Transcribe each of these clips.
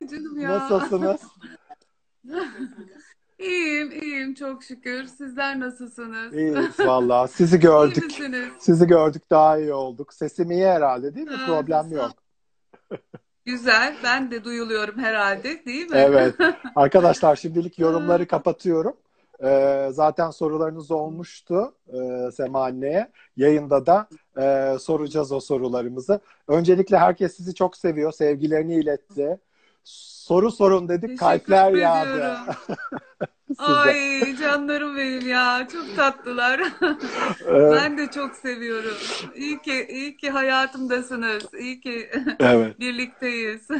canım ya. Nasılsınız? İyiyim, iyiyim çok şükür. Sizler nasılsınız? İyiyiz vallahi. Sizi İyi gördük. misiniz? Sizi gördük daha iyi olduk. Sesim iyi herhalde değil mi? Ha, Problem sağ- yok. Güzel. Ben de duyuluyorum herhalde, değil mi? Evet. Arkadaşlar şimdilik yorumları kapatıyorum. Zaten sorularınız olmuştu Sema anneye. Yayında da soracağız o sorularımızı. Öncelikle herkes sizi çok seviyor. Sevgilerini iletti. Soru sorun dedik. Kalpler Teşekkür yağdı ediyorum. size. Ay canlarım benim ya. Çok tatlılar. Ee, Ben de çok seviyorum. İyi ki hayatımdasınız. İyi ki evet. birlikteyiz.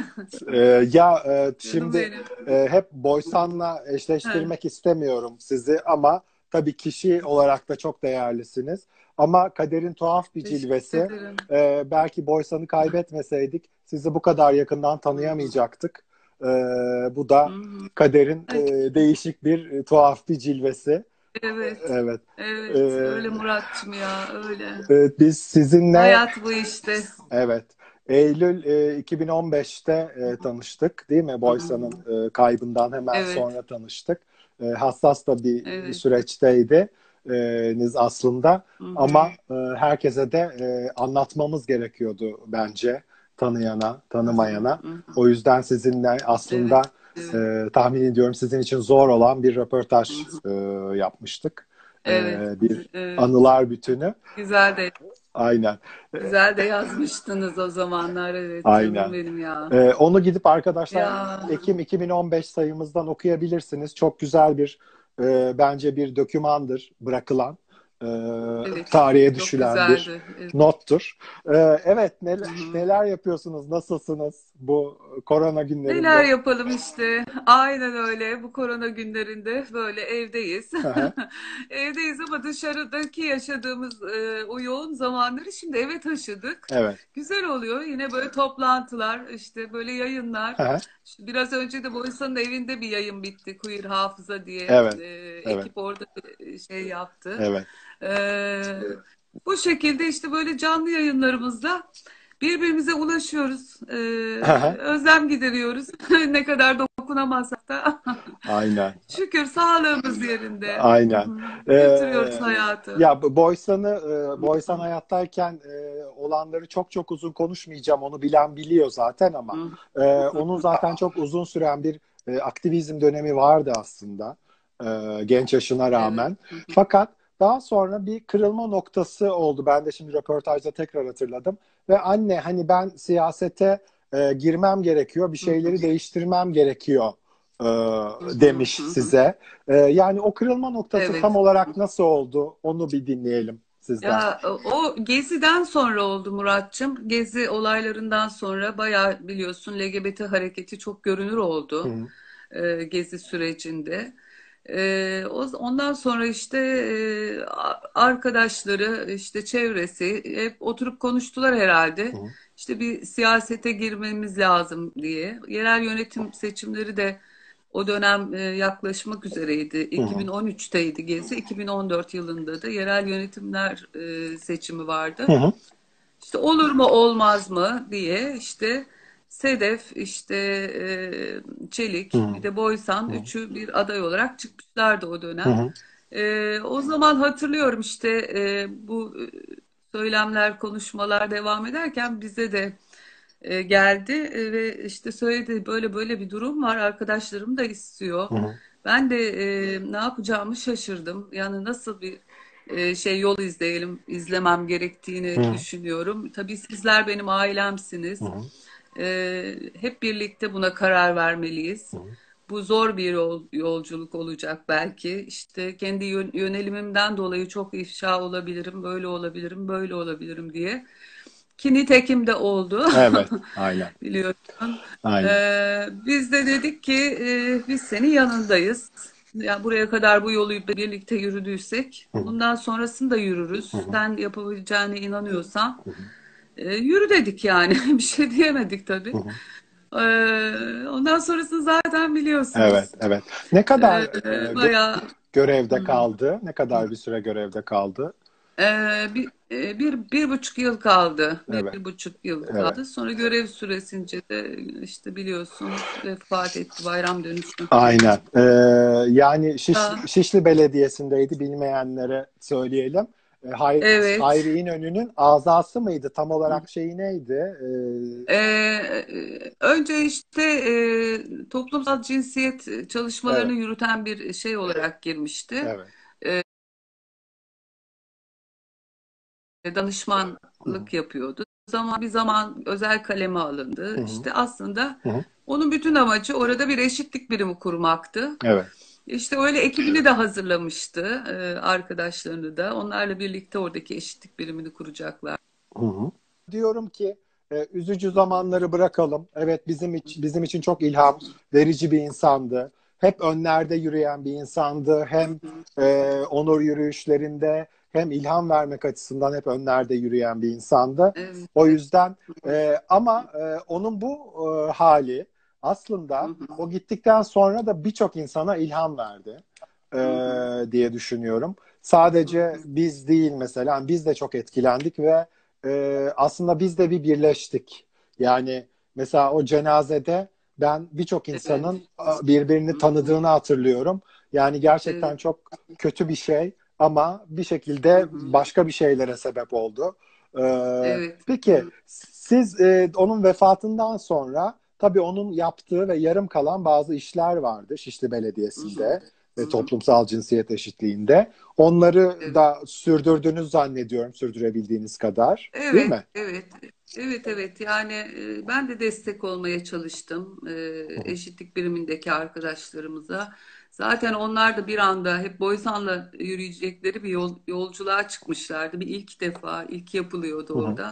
Şimdi Canım benim. hep Boysan'la Heh, eşleştirmek istemiyorum sizi ama tabii kişi olarak da çok değerlisiniz. Ama kaderin tuhaf bir teşekkür cilvesi. ederim. Belki Boysan'ı kaybetmeseydik sizi bu kadar yakından Hı hı. tanıyamayacaktık. Bu Hı da hı. kaderin Ay, değişik bir tuhaf bir cilvesi. evet. Evet. Evet. Ee, Öyle Muratçım ya. Öyle. biz sizinle Hayat bu işte. evet. Eylül 2015'te tanıştık, değil mi? Hı Boysa'nın hı. kaybından hemen Evet. sonra tanıştık. Hassas da bir Evet. süreçteydi niz aslında. Hı Ama hı. herkese de anlatmamız gerekiyordu bence tanıyana, Hı hı. tanımayana. Hı hı. O yüzden sizinle aslında Evet. Evet. tahmin ediyorum sizin için zor olan bir Hı röportaj hı. yapmıştık. E, Evet. bir Evet. anılar bütünü. Güzel de Aynen. güzel de yazmıştınız o zamanlar. Evet canım Aynen. benim ya. Onu gidip arkadaşlar Ya Ekim 2015 sayımızdan okuyabilirsiniz. Çok güzel bir bence bir dokümandır bırakılan. E, evet. tarihe Çok düşülen bir güzeldi. Evet. nottur. Evet Hı hı. neler yapıyorsunuz? Nasılsınız bu korona Neler günlerinde? yapalım işte. Aynen öyle. Bu korona günlerinde böyle evdeyiz. Hı hı, Evdeyiz ama dışarıdaki yaşadığımız o yoğun zamanları şimdi eve taşıdık. evet. Güzel oluyor. Yine böyle toplantılar, işte böyle yayınlar. Hı hı, İşte biraz önce de Boysa'nın evinde bir yayın bitti. Queer Hafıza diye evet. Evet. ekip orada bir şey yaptı. Evet. E, Bu şekilde işte böyle canlı yayınlarımızda birbirimize ulaşıyoruz. Hı hı, Özlem gideriyoruz. Ne kadar dokunamazsak da. aynen. Şükür sağlığımız yerinde. Hı Aynen. hı. Götürüyoruz Ee, hayatı. ya Boysan hayattayken olanları çok çok uzun konuşmayacağım. Onu bilen biliyor zaten ama Hı onun zaten çok uzun süren bir aktivizm dönemi vardı aslında. Genç yaşına Evet. rağmen. Fakat daha sonra bir kırılma noktası oldu. Ben de şimdi röportajda tekrar hatırladım. Ve anne hani ben siyasete girmem gerekiyor, bir şeyleri değiştirmem gerekiyor e, demiş size. Yani o kırılma noktası tam Evet. olarak nasıl oldu? Onu bir dinleyelim sizden. Ya o Gezi'den sonra oldu Muratçım. Gezi olaylarından sonra bayağı biliyorsun LGBT hareketi çok görünür Hı oldu hı, Gezi sürecinde. Ondan sonra işte arkadaşları, işte çevresi hep oturup konuştular hı herhalde. hı, İşte bir siyasete girmemiz lazım diye. Yerel yönetim seçimleri de o dönem yaklaşmak üzereydi. hı hı, 2013'teydi Gezi, 2014 yılında da yerel yönetimler seçimi hı vardı. hı, İşte olur mu olmaz mı diye işte Sedef, işte hı Çelik, hı, bir de Boysan hı üçü bir aday olarak çıkmışlardı o hı, dönem. hı O zaman hatırlıyorum işte bu söylemler, konuşmalar devam ederken bize de geldi ve işte söyledi böyle böyle bir durum var, arkadaşlarım da istiyor. hı, Ben de ne yapacağımı şaşırdım. Yani nasıl bir yol izlemem hı gerektiğini düşünüyorum. Tabii sizler benim ailemsiniz. hı, Hep birlikte buna karar vermeliyiz. hı Bu zor bir yolculuk olacak belki. İşte kendi yönelimimden dolayı çok ifşa olabilirim, böyle olabilirim, böyle olabilirim diye. Ki nitekim de oldu. Evet, aynen, Biliyorsun. aynen. Biz de dedik ki biz senin yanındayız. Ya buraya kadar bu yolu birlikte yürüdüysek Hı hı, bundan sonrasını da hı yürürüz. hı, Sen yapabileceğine inanıyorsan hı hı, yürü dedik yani. Bir şey diyemedik hı tabii. hı. Ondan sonrasını zaten Evet, biliyorsunuz. evet. Ne kadar Bayağı görevde hı. kaldı? Ne kadar bir süre görevde kaldı? Bir buçuk yıl kaldı. Evet, Bir buçuk yıl evet. kaldı. Sonra görev süresince de işte biliyorsun vefat etti bayram dönüşü. Aynen. Yani Aa, Şişli Belediyesi'ndeydi, bilmeyenlere söyleyelim. evet. Hayri İnönü'nün azası mıydı? Tam olarak şeyi neydi? Önce işte toplumsal cinsiyet çalışmalarını Evet, yürüten bir şey olarak girmişti. evet. Hı hı, Danışmanlık yapıyordu. Bir zaman özel kaleme hı alındı. hı, İşte aslında hı hı. onun bütün amacı orada bir eşitlik birimi kurmaktı. Evet. İşte öyle ekibini de hazırlamıştı, arkadaşlarını da. Onlarla birlikte oradaki eşitlik birimini kuracaklar. Hı hı. Diyorum ki üzücü zamanları bırakalım. Evet, bizim için çok ilham verici bir insandı. Hep önlerde yürüyen bir insandı. Hem onur yürüyüşlerinde hem ilham vermek açısından hep önlerde yürüyen bir insandı. Evet. O yüzden ama onun bu hali Hı aslında hı. o gittikten sonra da birçok insana ilham verdi Hı hı. diye düşünüyorum. Sadece biz değil mesela, yani biz de çok etkilendik ve aslında biz de bir birleştik. Yani mesela o cenazede ben birçok Evet. insanın birbirini Hı hı. tanıdığını hatırlıyorum. Yani gerçekten Evet. çok kötü bir şey ama bir Hı şekilde hı. başka bir şeylere sebep oldu. Evet. Peki siz onun vefatından sonra tabii onun yaptığı ve yarım kalan bazı işler vardı Şişli Hı hı. Belediyesi'nde Hı ve hı. toplumsal cinsiyet eşitliğinde. Onları Evet. da sürdürdünüz zannediyorum, sürdürebildiğiniz kadar, değil Evet, mi? evet, evet. Yani ben de destek olmaya çalıştım Hı hı, eşitlik birimindeki arkadaşlarımıza. Zaten onlar da bir anda hep Boysan'la yürüyecekleri bir yolculuğa çıkmışlardı. Bir ilk defa, ilk yapılıyordu hı hı, orada.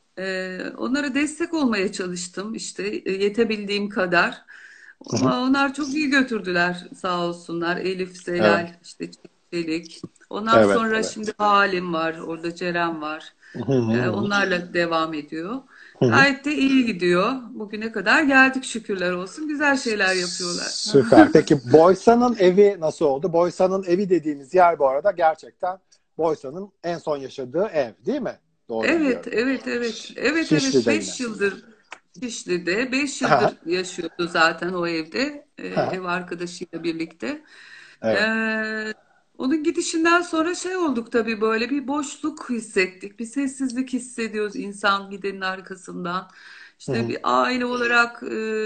Onlara destek olmaya çalıştım işte yetebildiğim kadar. hı hı. Ama onlar çok iyi götürdüler sağ olsunlar. Elif, Evet, Zelal, işte Çelik. Ondan evet, sonra evet. şimdi Halim var, orada Ceren var. Hı hı, hı Onlarla devam ediyor. hı. Gayet de iyi gidiyor. Bugüne kadar geldik şükürler olsun. Güzel şeyler yapıyorlar. Süper. Peki Boysa'nın evi nasıl oldu? Boysa'nın evi dediğimiz yer bu arada gerçekten Boysa'nın en son yaşadığı ev, değil mi? Doğru Evet, biliyorum. evet, evet. Evet. Şişli'de yine. 5 yıldır Şişli'de. 5 Ha, yıldır yaşıyordu zaten o evde. ha, Ev arkadaşıyla birlikte. evet. Ee, Onun gidişinden sonra şey olduk tabii böyle bir boşluk hissettik. Bir sessizlik hissediyoruz insan gidenin arkasından. Hı İşte hı. bir aile olarak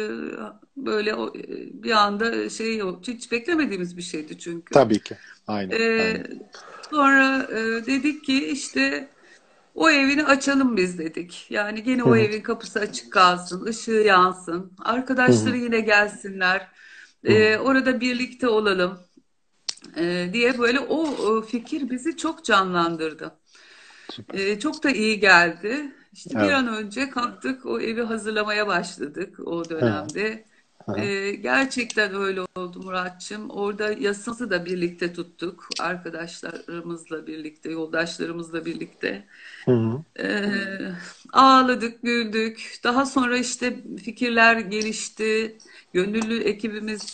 böyle bir anda şey yok. Hiç beklemediğimiz bir şeydi çünkü. Tabii ki. Aynen, Ee, aynen. Sonra dedik ki işte o evini açalım biz dedik. Yani gene Hı o hı, evin kapısı açık kalsın, ışığı yansın. hı Arkadaşları hı, yine gelsinler. hı hı. Orada birlikte olalım diye böyle o fikir bizi çok canlandırdı. Süper. Çok da iyi geldi. İşte bir Evet. an önce kalktık, o evi hazırlamaya başladık o Hı hı, dönemde. hı hı, Gerçekten öyle oldu Muratçım. Orada yasımızı da birlikte tuttuk. Arkadaşlarımızla birlikte, yoldaşlarımızla birlikte. hı hı, Ee, Ağladık, güldük. Daha sonra işte fikirler gelişti. Gönüllü ekibimiz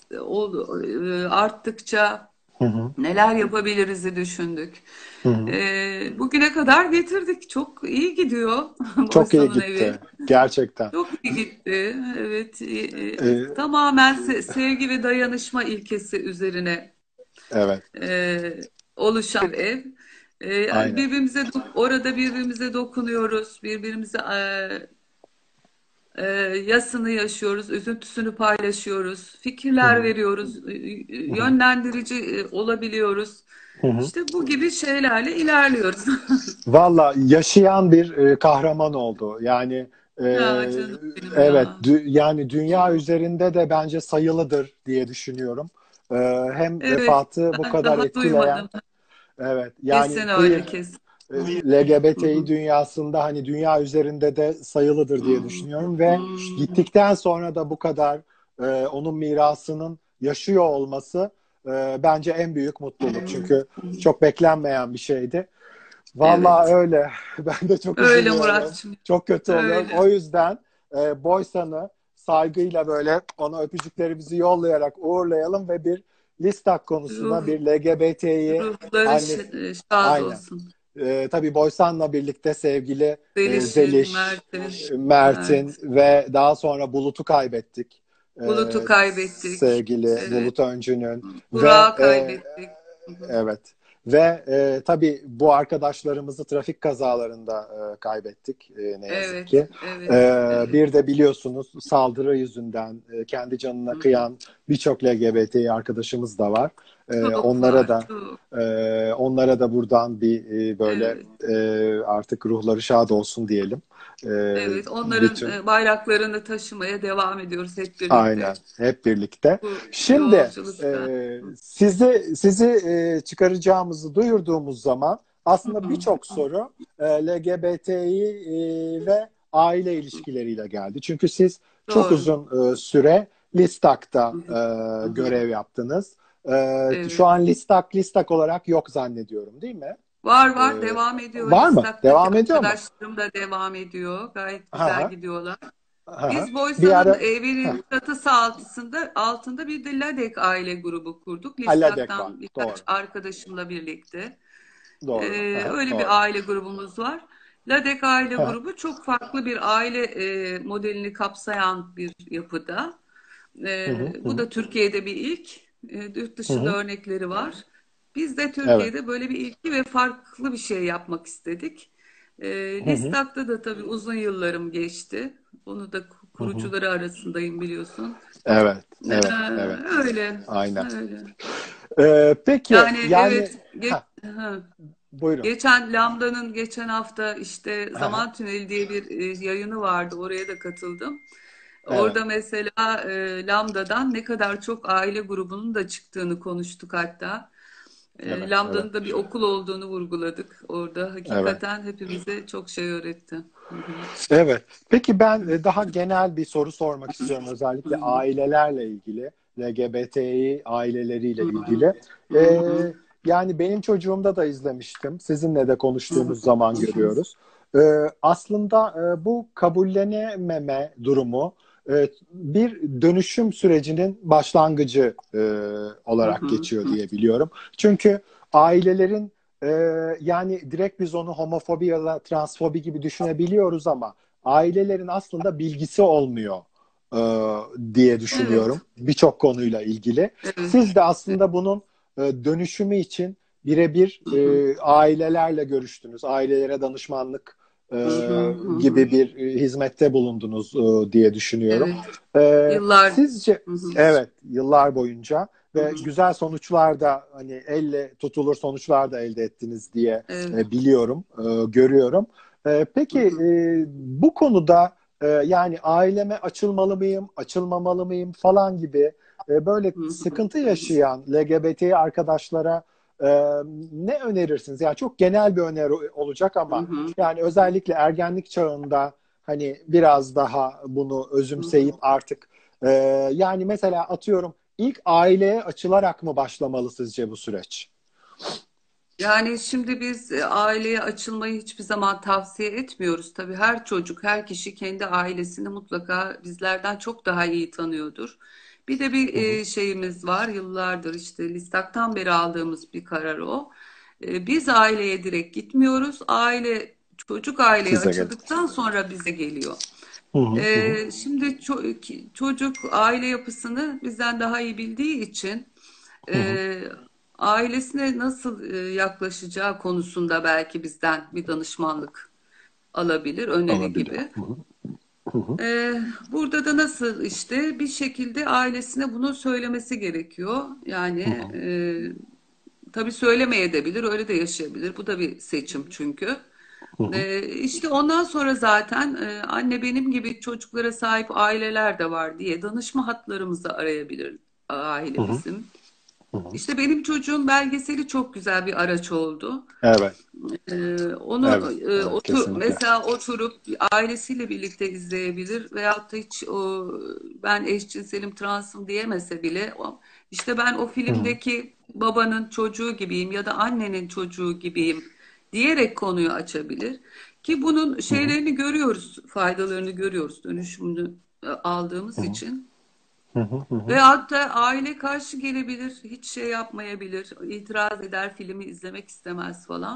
arttıkça hı hı. neler yapabiliriz'i düşündük. Hı hı. Bugüne kadar getirdik. Çok iyi gidiyor Çok iyi Boysa'nın evi. gitti. Gerçekten. Çok iyi gitti. Evet, Ee, tamamen sevgi ve dayanışma ilkesi üzerine evet. oluşan bir ev. Aynen. Orada birbirimize dokunuyoruz, birbirimize yasını yaşıyoruz, üzüntüsünü paylaşıyoruz, Hı fikirler hı, veriyoruz, hı hı, yönlendirici olabiliyoruz. hı hı. İşte bu gibi şeylerle ilerliyoruz. Valla yaşayan bir kahraman oldu. Yani e, Ya canım benim evet, ya. yani dünya üzerinde de bence sayılıdır diye düşünüyorum. E, Hem Evet, vefatı bu ben kadar daha etkileyen, duymadım. evet, yani Kesin öyle queer kesin. Hı LGBTİ hı. dünyasında hani dünya üzerinde de sayılıdır diye düşünüyorum ve Hmm, gittikten sonra da bu kadar onun mirasının yaşıyor olması bence en büyük mutluluk. Çünkü çok beklenmeyen bir şeydi. Vallahi evet. öyle. Ben de çok Öyle üzülüyorum. Muratçım. Çok kötü oluyorum. Öyle. O yüzden Boysan'ı saygıyla böyle ona öpücüklerimizi yollayarak uğurlayalım ve bir Listak konusuna Ruh, bir LGBT'yi ruhları annesi şad aynen olsun. tabii Boysan'la birlikte sevgili Zeliş'in, Zeliş, Mert'in, Mert'in evet. ve daha sonra Bulut'u kaybettik. Bulut'u kaybettik. Sevgili Evet. Bulut Öncü'nün ve Burak'ı kaybettik. Hı hı. evet. Ve tabii bu arkadaşlarımızı trafik kazalarında kaybettik ne yazık Evet, ki. evet, evet. Bir de biliyorsunuz saldırı yüzünden kendi canına Hı hı. kıyan birçok LGBTİ arkadaşımız da var. Çok Onlara var, da çok. buradan bir böyle Evet, artık ruhları şad olsun diyelim. E, evet. Onların bütün bayraklarını taşımaya devam ediyoruz hep Aynen, birlikte. hep birlikte. Bu Şimdi yolculukta. sizi çıkaracağımızı duyurduğumuz zaman Hı aslında hı. birçok soru LGBTİ ve aile ilişkileriyle geldi. Çünkü siz çok Doğru. uzun süre Listak'ta Hı hı. Hı hı. görev yaptınız. Şu Evet. an Listak olarak yok zannediyorum, değil mi? Var E, var, devam ediyor. Var mı? Listak'taki Devam ediyor mu? arkadaşlarım da devam ediyor. Gayet Ha güzel ha. gidiyorlar. Ha ha. Biz Bir Boysa'nın ara evinin çatısı altında bir de Ladek aile grubu kurduk. Halledek var. Listak'tan birkaç Doğru. arkadaşımla birlikte. Doğru. Ha ha. Öyle Doğru. bir aile grubumuz var. Ladek aile Ha ha. grubu çok farklı bir aile modelini kapsayan bir yapıda. Hı hı, hı Bu hı, da Türkiye'de bir ilk. Yurt hı dışında hı. örnekleri var. Biz de Evet. Türkiye'de böyle bir ilki ve farklı bir şey yapmak istedik. Hı hı, Listak'ta da tabii uzun yıllarım geçti. Onu da hı hı. kurucuları arasındayım biliyorsun. Evet, Ee, evet, evet. öyle, Aynen. öyle. Peki, Yani yani evet, ha, buyurun. geçen Lambda'nın geçen hafta işte Ha ha, Zaman Tüneli diye bir yayını vardı. Oraya da katıldım. evet, Orada mesela Lambda'dan ne kadar çok aile grubunun da çıktığını konuştuk hatta. evet, evet, Lambda'nın da bir okul olduğunu vurguladık. Orada evet. hakikaten hepimize çok şey öğretti. Hı hı. Evet. Peki ben daha genel bir soru sormak istiyorum Hı özellikle hı. ailelerle ilgili, LGBTİ aileleriyle Hı hı. ilgili. Hı hı. Ee, Yani benim çocuğumda da izlemiştim. Sizinle de Hı hı. konuştuğumuz zaman Hı hı. görüyoruz. Aslında bu kabullenememe durumu bir dönüşüm sürecinin başlangıcı Hı olarak hı. geçiyor diye biliyorum. Çünkü ailelerin e, yani direkt biz onu homofobi ya da transfobi gibi düşünebiliyoruz ama ailelerin aslında bilgisi olmuyor e, diye düşünüyorum Evet, birçok konuyla ilgili. evet. Siz de aslında bunun dönüşümü için birebir Hı hı. ailelerle görüştünüz, ailelere danışmanlık Hı hı. Hı hı. gibi bir hizmette bulundunuz diye düşünüyorum. Evet. Yıllar. Sizce Hı hı. evet yıllar boyunca Hı ve hı. güzel sonuçlar da hani elle tutulur sonuçlar da elde ettiniz diye Evet. biliyorum, görüyorum. Hı Peki hı. bu konuda yani aileme açılmalı mıyım, açılmamalı mıyım falan gibi böyle Hı hı. sıkıntı yaşayan LGBT arkadaşlara e, ne önerirsiniz? Yani çok genel bir öneri olacak Hı ama hı. yani özellikle ergenlik çağında hani biraz daha bunu Hı özümseyip hı. artık e, yani mesela atıyorum ilk aileye açılarak mı başlamalı sizce bu süreç? Yani şimdi biz aileye açılmayı hiçbir zaman tavsiye etmiyoruz. Tabii her çocuk, her kişi kendi ailesini mutlaka bizlerden çok daha iyi tanıyordur. Bir de bir Hı hı. şeyimiz var. Yıllardır işte Listak'tan beri aldığımız bir karar o. Biz aileye direkt gitmiyoruz. Çocuk aileye Size gelin. açıldıktan sonra bize geliyor. Hı hı, hı hı, Şimdi çocuk aile yapısını bizden daha iyi bildiği için hı hı. e, ailesine nasıl yaklaşacağı konusunda belki bizden bir danışmanlık alabilir, öneri Alabilir. gibi. Hı hı, hı hı, Burada da nasıl işte bir şekilde ailesine bunu söylemesi gerekiyor. hı Yani hı, tabii söylemeyebilir, öyle de yaşayabilir. Bu da bir seçim çünkü. hı hı. İşte ondan sonra zaten anne benim gibi çocuklara sahip aileler de var diye danışma hatlarımızı arayabilir Hı aile hı, bizim. hı hı. İşte benim çocuğun belgeseli çok güzel bir araç oldu. Evet, Onu evet, evet, kesinlikle. mesela oturup ailesiyle birlikte izleyebilir veyahut da hiç ben eşcinselim, transım diyemese bile işte ben o Hı hı, filmdeki babanın çocuğu gibiyim ya da annenin çocuğu gibiyim diyerek konuyu açabilir. Ki bunun hı hı, şeylerini görüyoruz, faydalarını görüyoruz dönüşümünü hı aldığımız hı, için. hı hı, hı hı. Veyahut da aile karşı gelebilir, hiç şey yapmayabilir, itiraz eder, filmi izlemek istemez falan.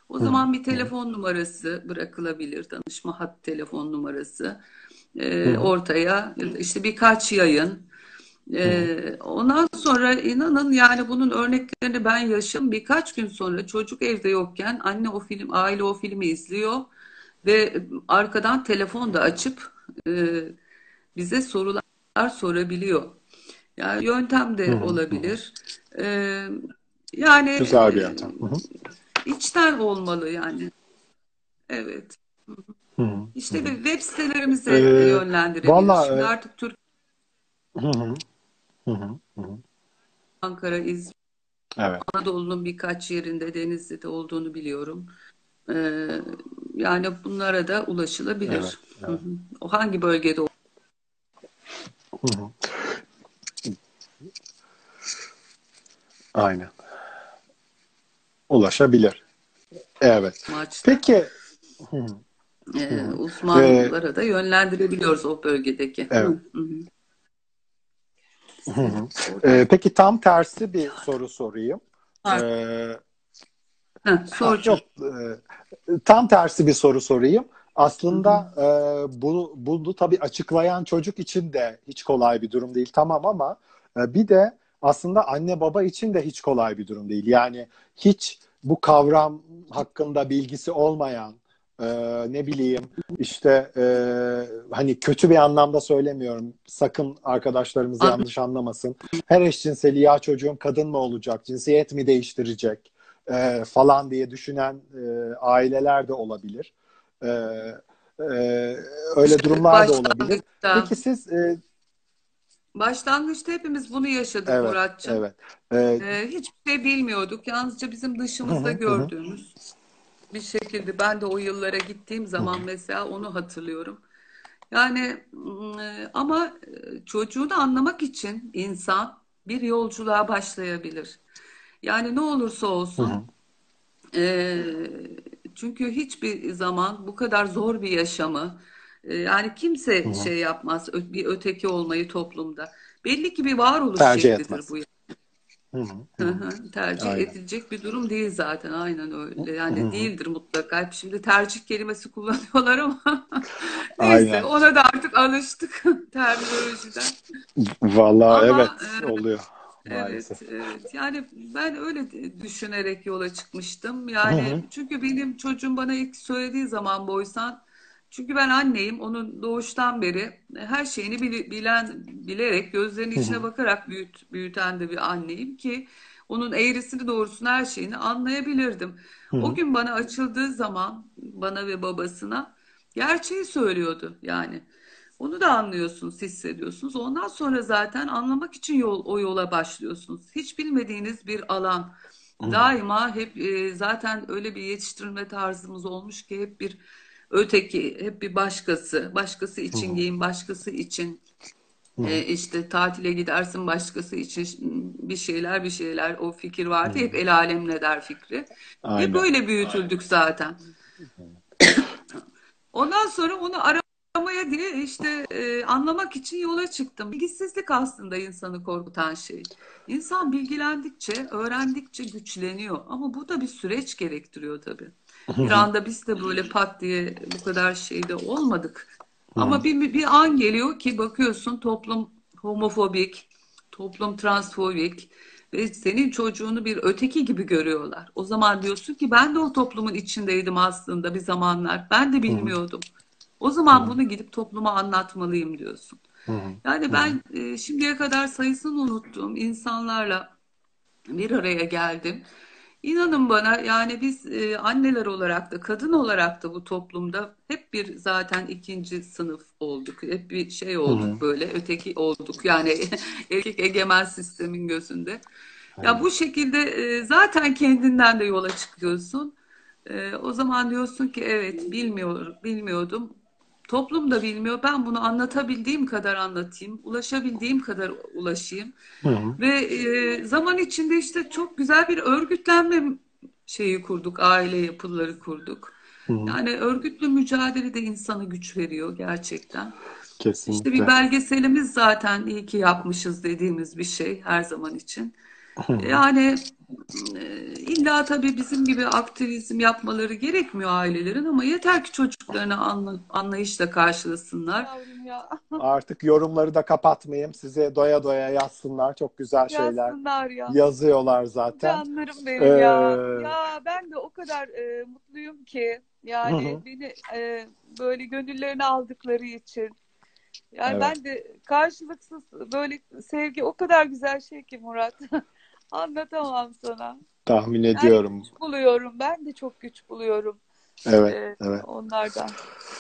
O Hı hı. zaman bir Hı hı. telefon numarası bırakılabilir, danışma hat telefon numarası Hı hı. ortaya, işte birkaç yayın. Hı hı. Ondan sonra inanın yani bunun örneklerini ben yaşadım. Birkaç gün sonra çocuk evde yokken anne o film, aile o filmi izliyor ve arkadan telefon da açıp e, bize sorular sorabiliyor. Yani yöntem Hı de hı. Hı hı. olabilir. Ee, yani Güzel bir yöntem. Hı hı. içten olmalı yani. Evet. Hı hı. Hı İşte hı. web sitelerimize Ee, yönlendirebiliriz. valla Şimdi artık Türkiye, hı hı. Hı hı. Hı hı. Ankara, İzmir, Evet. Anadolu'nun birkaç yerinde Denizli'de olduğunu biliyorum. Ee, yani bunlara da Evet. ulaşılabilir. Hı Evet. hı. O hangi bölgede Hı hı. Aynen. Ulaşabilir. Evet. amaçla Peki. Hı hı. Hı hı. Ee, uzmanlara da yönlendirebiliyoruz o bölgedeki. Hı evet. hı. Hı hı. Orada Peki tam tersi bir soru sorayım. var. Ee, Sor canım. yok. Tam tersi bir soru sorayım. Aslında bunu tabii açıklayan çocuk için de hiç kolay bir durum değil. Tamam ama bir de aslında anne baba için de hiç kolay bir durum değil. Yani hiç bu kavram hakkında bilgisi olmayan, e, ne bileyim işte hani kötü bir anlamda söylemiyorum. Sakın arkadaşlarımız yanlış anlamasın. Her eşcinseli ya çocuğum kadın mı olacak, cinsiyet mi değiştirecek? Falan diye düşünen aileler de olabilir. E, e, öyle Yaşadık durumlar da olabilir. başlangıçta. Peki siz Başlangıçta hepimiz bunu yaşadık evet, Muratçım. evet. E, Hiçbir şey bilmiyorduk. Yalnızca bizim hı dışımızda hı, hı hı, gördüğümüz bir şekilde ben de o yıllara gittiğim hı zaman hı, mesela onu hatırlıyorum. Yani ama çocuğu da anlamak için insan bir yolculuğa başlayabilir. Yani ne olursa hı hı, olsun e, çünkü hiçbir zaman bu kadar zor bir yaşamı yani hı kimse hı. şey yapmaz bir öteki olmayı toplumda. Belli ki bir varoluş Tercih şeklidir etmez. bu. Hı hı, hı Hı hı. hı, tercih Aynen. edilecek bir durum değil zaten. Aynen öyle. Hı Yani hı. değildir mutlaka. Hep şimdi tercih kelimesi kullanıyorlar ama neyse Aynen. ona da artık alıştık terminolojiden. Vallahi Ama evet oluyor maalesef. evet, evet. Yani ben öyle düşünerek yola çıkmıştım. Hı Yani hı, çünkü benim çocuğum bana ilk söylediği zaman Boysan, çünkü ben anneyim. Onun doğuştan beri her şeyini bilerek, gözlerinin hı içine hı, bakarak büyüten de bir anneyim ki onun eğrisini doğrusunu her şeyini anlayabilirdim. hı O hı, gün bana açıldığı zaman bana ve babasına gerçeği söylüyordu yani. Onu da anlıyorsunuz, hissediyorsunuz. Ondan sonra zaten anlamak için o yola başlıyorsunuz. Hiç bilmediğiniz bir alan. hı hı, Daima hep zaten öyle bir yetiştirilme tarzımız olmuş ki hep bir öteki, hep bir başkası. Başkası hı için hı, giyin, başkası için hı hı. işte tatile gidersin, başkası için bir şeyler o fikir Hı vardı. hı. Hep el alem ne der fikri. Hep Aynen. öyle büyütüldük zaten. Ondan sonra onu aramaya diye işte anlamak için yola çıktım. Bilgisizlik aslında insanı korkutan şey. İnsan bilgilendikçe, öğrendikçe güçleniyor. Ama bu da bir süreç gerektiriyor tabii. Hı Bir hı, anda biz de böyle pat diye bu kadar şeyde olmadık. hı hı, Ama bir an geliyor ki bakıyorsun toplum homofobik, toplum transfobik ve senin çocuğunu bir öteki gibi görüyorlar. O zaman diyorsun ki ben de o toplumun içindeydim aslında bir zamanlar. Ben de hı hı, bilmiyordum. O hı zaman hı, bunu gidip topluma anlatmalıyım diyorsun. hı hı, Yani hı hı. ben şimdiye kadar sayısını unuttuğum insanlarla bir araya geldim. İnanın bana yani biz anneler olarak da kadın olarak da bu toplumda hep bir zaten ikinci sınıf olduk. Hep bir şey Hı hı. olduk böyle öteki olduk yani erkek egemen sistemin gözünde. Ya Aynen. bu şekilde zaten kendinden de yola çıkıyorsun. O zaman diyorsun ki evet bilmiyordum. Toplum da bilmiyor. Ben bunu anlatabildiğim kadar anlatayım, ulaşabildiğim kadar ulaşayım. Hı hı. Ve zaman içinde işte çok güzel bir örgütlenme şeyi kurduk, aile yapıları kurduk. Hı hı. Yani örgütlü mücadele de insana güç veriyor gerçekten. İşte bir Kesinlikle. belgeselimiz zaten iyi ki yapmışız dediğimiz bir şey her zaman için. Hı hı. Yani illa tabii bizim gibi aktivizm yapmaları gerekmiyor ailelerin ama yeter ki çocuklarını anlayışla karşılasınlar. Yavrum ya. Artık yorumları da kapatmayayım. Size doya doya yazsınlar. Çok güzel şeyler Yazsınlar ya. yazıyorlar zaten. Canlarım Ee, benim ya. Ya ben de o kadar mutluyum ki. hı Yani hı. beni böyle gönüllerini aldıkları için. Yani Evet, ben de karşılıksız böyle sevgi o kadar güzel şey ki Murat. Anlatamam sana. tahmin Yani ediyorum. güç buluyorum. Ben de çok güç buluyorum Evet, evet. onlardan.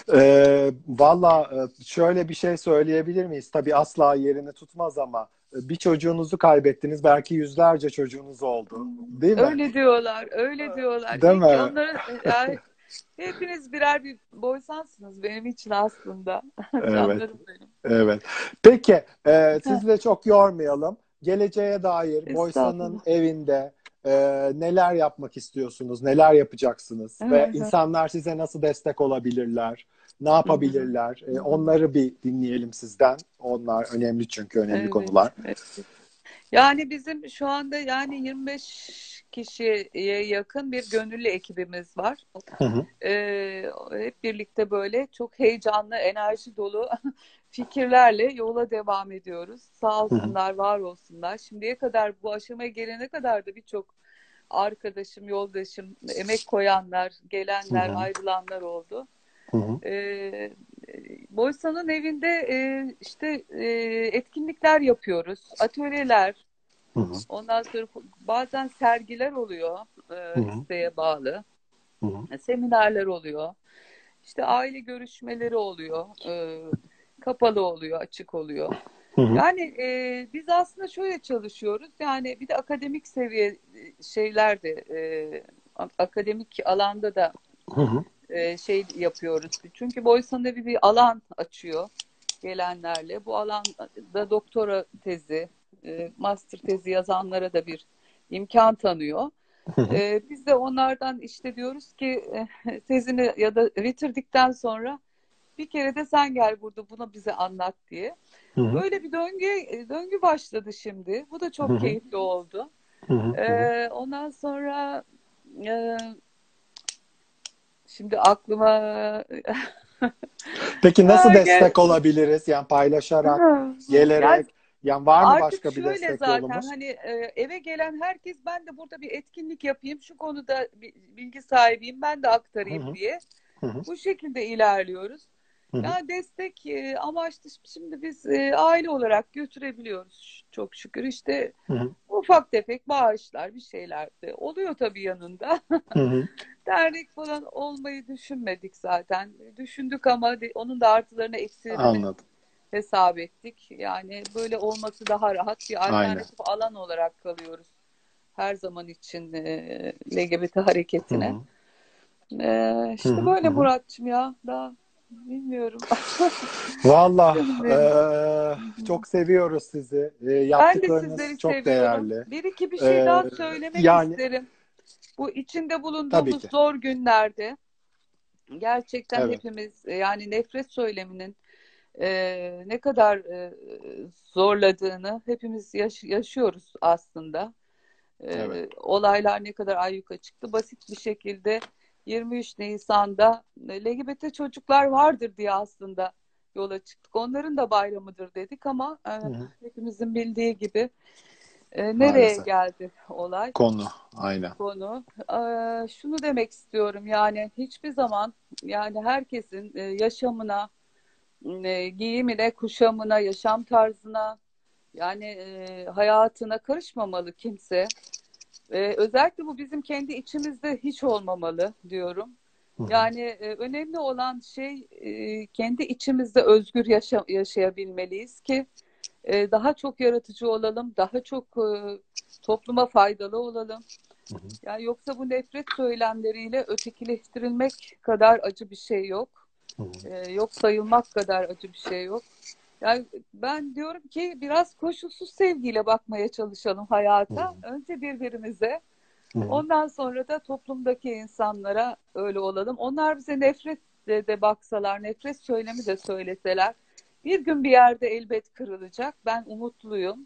Valla şöyle bir şey söyleyebilir miyiz? Tabii asla yerini tutmaz ama bir çocuğunuzu kaybettiniz. Belki yüzlerce çocuğunuz oldu. Değil mi? Öyle diyorlar, öyle diyorlar. Değil İyi ki mi? onları yani hepiniz birer bir boysansınız benim için aslında. Evet, Canlarım benim. evet. Peki, Heh, sizi de çok yormayalım. Geleceğe dair Boysa'nın estağfurullah. evinde neler yapmak istiyorsunuz? Neler yapacaksınız? Ve insanlar size nasıl destek olabilirler? Ne yapabilirler? Onları bir dinleyelim sizden. Onlar önemli çünkü önemli Evet, konular. evet. Yani bizim şu anda yani 25 kişiye yakın bir gönüllü ekibimiz var. Hı hı, Hep birlikte böyle çok heyecanlı, enerji dolu fikirlerle yola devam ediyoruz. Sağ hı hı, olsunlar, var olsunlar. Şimdiye kadar bu aşamaya gelene kadar da birçok arkadaşım, yoldaşım, emek koyanlar, hı gelenler, hı, ayrılanlar oldu. hı hı, Ee, Boysa'nın evinde işte etkinlikler yapıyoruz, atölyeler, hı hı, ondan sonra bazen sergiler oluyor, hı hı, isteğe bağlı, hı hı, seminerler oluyor, işte aile görüşmeleri oluyor, kapalı oluyor, açık oluyor. hı hı, Yani biz aslında şöyle çalışıyoruz, yani bir de akademik seviye şeyler de akademik alanda da hı hı, şey yapıyoruz. Çünkü Boysan Evi bir alan açıyor gelenlerle. Bu alanda doktora tezi, master tezi yazanlara da bir imkan tanıyor. hı hı, Biz de onlardan işte diyoruz ki tezini ya da bitirdikten sonra bir kere de sen gel burada bunu bize anlat diye. hı hı, Böyle bir döngü başladı şimdi. Bu da hı çok hı, keyifli oldu. hı hı, hı hı. Ondan sonra e, şimdi aklıma Peki nasıl Aa, destek olabiliriz? Yani paylaşarak, ya gelerek. Yani var mı artık başka bir şöyle destek zaten yolumuz? hani eve gelen herkes ben de burada bir etkinlik yapayım, şu konuda bilgi sahibiyim, ben de Hı aktarayım hı, diye. hı hı, Bu şekilde ilerliyoruz. hı hı, Ya destek amaçlı şimdi biz aile olarak götürebiliyoruz çok şükür. İşte hı hı, ufak tefek bağışlar bir şeyler de oluyor tabii yanında. hı hı. Dernek falan olmayı düşünmedik zaten. Düşündük ama onun da artılarını eksilerini Anladım. hesap ettik. Yani böyle olması daha rahat bir Aynen. alternatif alan olarak kalıyoruz. Her zaman için LGBT Hı hareketine. hı, hı İşte hı, hı böyle hı. Muratçım ya. Daha bilmiyorum. Valla Canım benim. çok seviyoruz sizi. Ben de Yaptıklarınız sizleri çok seviyorum. değerli. Bir iki bir şey Eee, daha söylemek yani isterim. Bu içinde tabii bulunduğumuz ki. zor günlerde gerçekten Evet. hepimiz yani nefret söyleminin ne kadar zorladığını hepimiz yaşıyoruz aslında. Evet. Olaylar ne kadar ayyuka çıktı. Basit bir şekilde 23 Nisan'da LGBT çocuklar vardır diye aslında yola çıktık. Onların da bayramıdır dedik ama Hı hı. hepimizin bildiği gibi nereye Maalesef. geldi olay, Konu. Aynen. konu. Şunu demek istiyorum yani hiçbir zaman yani herkesin yaşamına, giyimine, kuşamına, yaşam tarzına yani hayatına karışmamalı kimse. Özellikle bu bizim kendi içimizde hiç olmamalı diyorum. Hı hı. Yani önemli olan şey kendi içimizde özgür yaşayabilmeliyiz ki daha çok yaratıcı olalım, daha çok topluma faydalı olalım. Hı hı. Yani yoksa bu nefret söylemleriyle ötekileştirilmek kadar acı bir şey yok. Hı hı. Yok sayılmak kadar acı bir şey yok. Yani ben diyorum ki biraz koşulsuz sevgiyle bakmaya çalışalım Hı hı. hayata. Önce birbirimize, Hı hı. ondan sonra da toplumdaki insanlara öyle olalım. Onlar bize nefretle de baksalar, nefret söylemi de söyleseler, bir gün bir yerde elbet kırılacak. Ben umutluyum.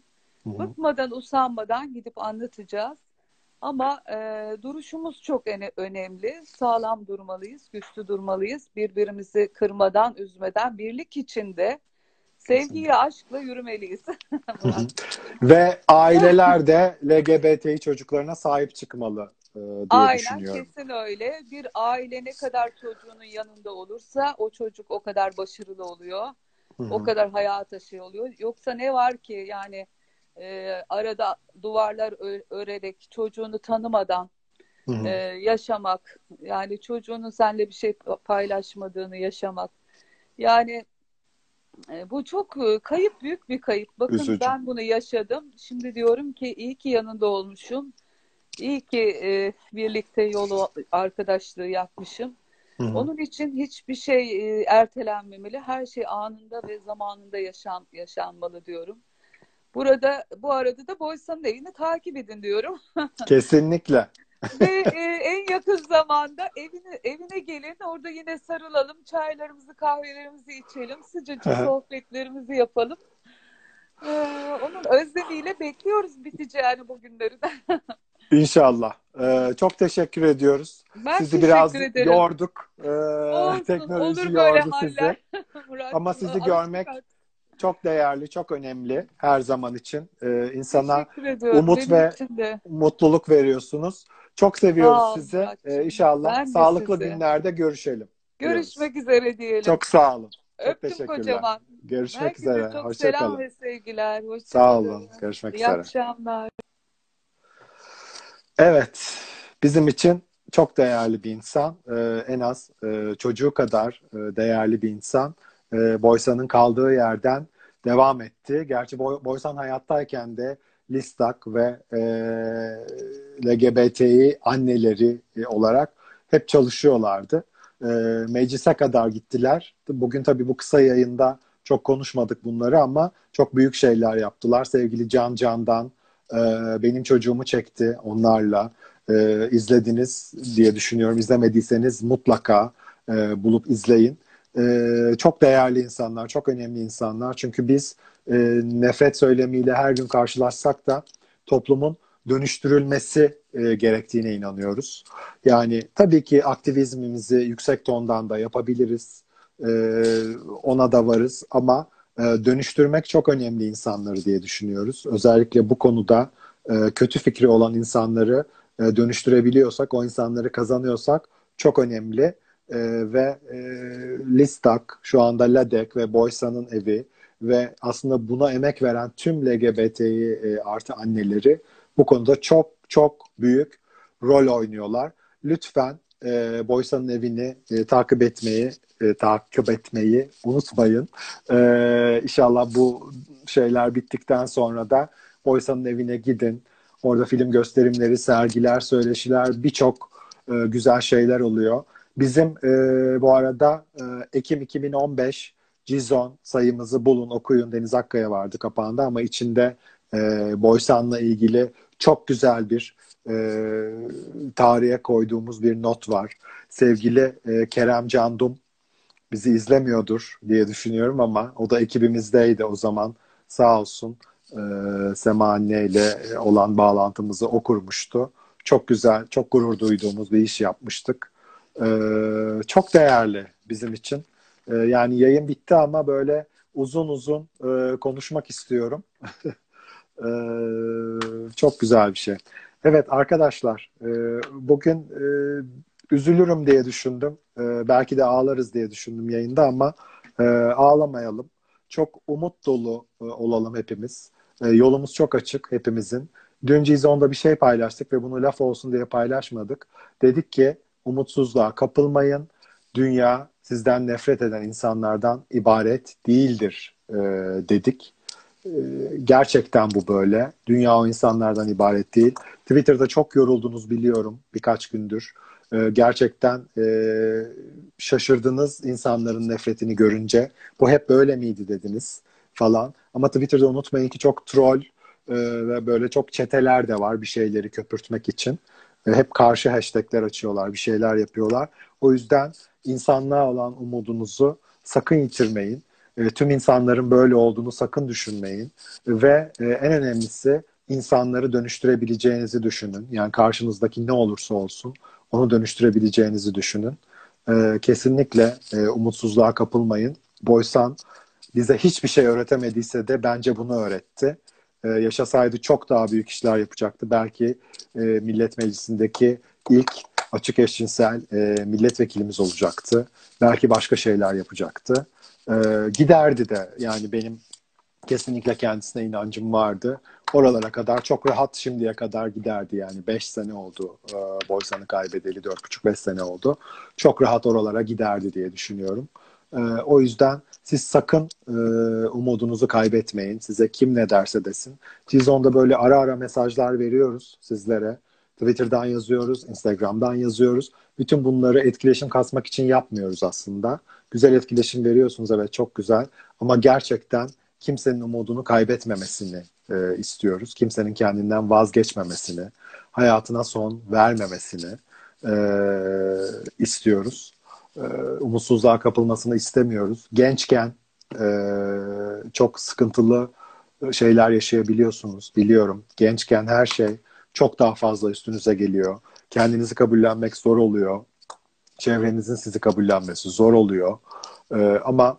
Hı hı. Bıkmadan, usanmadan gidip anlatacağız. Ama duruşumuz çok önemli. Sağlam durmalıyız, güçlü durmalıyız. Birbirimizi kırmadan, üzmeden, birlik içinde sevgiyle, Kesinlikle. aşkla yürümeliyiz. Hı hı. Murat. Ve aileler de LGBTİ çocuklarına sahip çıkmalı diye Aynen, düşünüyorum. kesin öyle. Bir aile ne kadar çocuğunun yanında olursa o çocuk o kadar başarılı oluyor. Hı O hı. kadar hayata şey oluyor. Yoksa ne var ki yani arada duvarlar örerek çocuğunu tanımadan Hı hı. yaşamak. Yani çocuğunun seninle bir şey paylaşmadığını yaşamak. Yani bu çok kayıp, büyük bir kayıp. Bakın Üzücü. ben bunu yaşadım. Şimdi diyorum ki iyi ki yanında olmuşum. İyi ki birlikte yolu, arkadaşlığı yapmışım. Hı hı. Onun için hiçbir şey ertelenmemeli. Her şey anında ve zamanında yaşanmalı diyorum. Bu arada da Boysan'ın evini takip edin diyorum. Kesinlikle. Ve en yakın zamanda evine gelin. Orada yine sarılalım. Çaylarımızı, kahvelerimizi içelim. Sıcacık sohbetlerimizi yapalım. E, Onun özlemiyle bekliyoruz biteceğini bugünlerin. İnşallah. Çok teşekkür ediyoruz. Ben Sizi teşekkür biraz ederim. yorduk. Olsun, Teknoloji olur böyle yordu sizi. haller. Ama Murat'cığım, sizi alıştık görmek artık. çok değerli, çok önemli her zaman için. İnsana Teşekkür ediyorum. umut Benim ve için de. mutluluk veriyorsunuz. Çok seviyoruz Sağ ol sizi. Murat'cığım. İnşallah Ben de sağlıklı sizi. günlerde görüşelim diyoruz. Görüşmek üzere diyelim. Çok sağ olun. Çok Öptüm teşekkürler. kocaman. Görüşmek Herkese üzere. çok Hoşça selam kalın. ve sevgiler. Hoşça Sağ kalın. olun. Görüşmek İyi üzere. akşamlar. Evet, bizim için çok değerli bir insan. En az çocuğu kadar değerli bir insan. Boysa'nın kaldığı yerden devam etti. Gerçi Boysan hayattayken de Listak ve LGBTİ anneleri olarak hep çalışıyorlardı. E, Meclise kadar gittiler. Bugün tabii bu kısa yayında çok konuşmadık bunları ama çok büyük şeyler yaptılar. Sevgili Can Can'dan benim çocuğumu çekti onlarla. İzlediniz diye düşünüyorum. İzlemediyseniz mutlaka bulup izleyin. Çok değerli insanlar, çok önemli insanlar. Çünkü biz nefret söylemiyle her gün karşılaşsak da toplumun dönüştürülmesi gerektiğine inanıyoruz. Yani tabii ki aktivizmimizi yüksek tondan da yapabiliriz. E, Ona da varız ama dönüştürmek çok önemli insanları diye düşünüyoruz. Özellikle bu konuda kötü fikri olan insanları dönüştürebiliyorsak, o insanları kazanıyorsak çok önemli. Ve Listak, şu anda Ladek ve Boysa'nın evi ve aslında buna emek veren tüm LGBTİ artı anneleri bu konuda çok çok büyük rol oynuyorlar. Lütfen Boysa'nın evini takip etmeyi unutmayın. İnşallah bu şeyler bittikten sonra da Boysa'nın evine gidin. Orada film gösterimleri, sergiler, söyleşiler birçok güzel şeyler oluyor. Bizim bu arada Ekim 2015 Cizon sayımızı bulun, okuyun. Deniz Akkaya vardı kapağında ama içinde e, Boysan'la ilgili çok güzel bir e, tarihe koyduğumuz bir not var. Sevgili Kerem Candum bizi izlemiyordur diye düşünüyorum ama o da ekibimizdeydi o zaman. Sağ olsun Sema Anne ile olan bağlantımızı o kurmuştu. Çok güzel, çok gurur duyduğumuz bir iş yapmıştık. Çok değerli bizim için. Yani yayın bitti ama böyle uzun uzun konuşmak istiyorum. Çok güzel bir şey. Evet arkadaşlar, bugün üzülürüm diye düşündüm. Belki de ağlarız diye düşündüm yayında ama ağlamayalım. Çok umut dolu olalım hepimiz. Yolumuz çok açık hepimizin. Dün Cizon'da bir şey paylaştık ve bunu laf olsun diye paylaşmadık. Dedik ki umutsuzluğa kapılmayın. Dünya sizden nefret eden insanlardan ibaret değildir dedik. Gerçekten bu böyle. Dünya o insanlardan ibaret değil. Twitter'da çok yoruldunuz biliyorum birkaç gündür. Gerçekten şaşırdınız insanların nefretini görünce. Bu hep böyle miydi dediniz falan. Ama Twitter'da unutmayın ki çok troll ve böyle çok çeteler de var bir şeyleri köpürtmek için. Hep karşı hashtagler açıyorlar, bir şeyler yapıyorlar. O yüzden insanlığa olan umudunuzu sakın yitirmeyin. Tüm insanların böyle olduğunu sakın düşünmeyin. Ve en önemlisi insanları dönüştürebileceğinizi düşünün. Yani karşınızdaki ne olursa olsun onu dönüştürebileceğinizi düşünün. Kesinlikle umutsuzluğa kapılmayın. Boysan bize hiçbir şey öğretemediyse de bence bunu öğretti. Yaşasaydı çok daha büyük işler yapacaktı. Belki Millet Meclisi'ndeki ilk açık eşcinsel milletvekilimiz olacaktı. Belki başka şeyler yapacaktı. Giderdi de, yani benim kesinlikle kendisine inancım vardı. Oralara kadar çok rahat şimdiye kadar giderdi yani. 5 sene oldu Boysan'ı kaybedeli, 4,5-5 sene oldu. Çok rahat oralara giderdi diye düşünüyorum. O yüzden siz sakın umudunuzu kaybetmeyin. Size kim ne derse desin. Tizon'da böyle ara ara mesajlar veriyoruz sizlere. Twitter'dan yazıyoruz, Instagram'dan yazıyoruz. Bütün bunları etkileşim kasmak için yapmıyoruz aslında. Güzel etkileşim veriyorsunuz, evet, çok güzel. Ama gerçekten kimsenin umudunu kaybetmemesini istiyoruz. Kimsenin kendinden vazgeçmemesini, hayatına son vermemesini e, istiyoruz. E, Umutsuzluğa kapılmasını istemiyoruz. Gençken e, çok sıkıntılı şeyler yaşayabiliyorsunuz, biliyorum. Gençken her şey çok daha fazla üstünüze geliyor. Kendinizi kabullenmek zor oluyor. Çevrenizin sizi kabullenmesi zor oluyor. Ama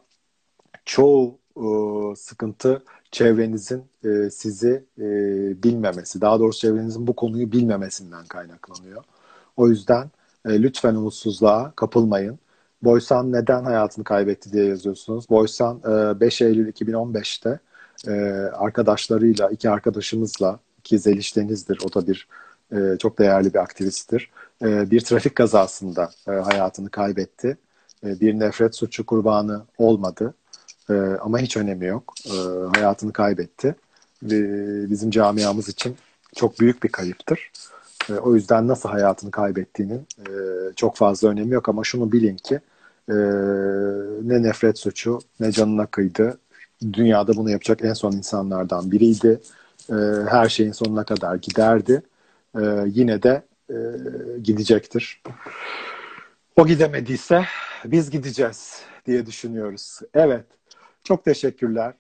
çoğu sıkıntı çevrenizin sizi bilmemesi, daha doğrusu çevrenizin bu konuyu bilmemesinden kaynaklanıyor. O yüzden lütfen umutsuzluğa kapılmayın. Boysan neden hayatını kaybetti diye yazıyorsunuz. Boysan 5 Eylül 2015'te arkadaşlarıyla, iki arkadaşımızla, ki Zeliş Deniz'dir, o da bir çok değerli bir aktivisttir. Bir trafik kazasında hayatını kaybetti. Bir nefret suçu kurbanı olmadı. Ama hiç önemi yok. Hayatını kaybetti. Bizim camiamız için çok büyük bir kayıptır. O yüzden nasıl hayatını kaybettiğinin çok fazla önemi yok, ama şunu bilin ki ne nefret suçu ne canına kıydı. Dünyada bunu yapacak en son insanlardan biriydi. Her şeyin sonuna kadar giderdi. Yine de gidecektir. O gidemediyse biz gideceğiz diye düşünüyoruz. Evet. Çok teşekkürler.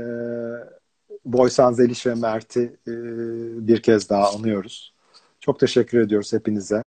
Boysan, Zeliş ve Mert'i bir kez daha anıyoruz. Çok teşekkür ediyoruz hepinize.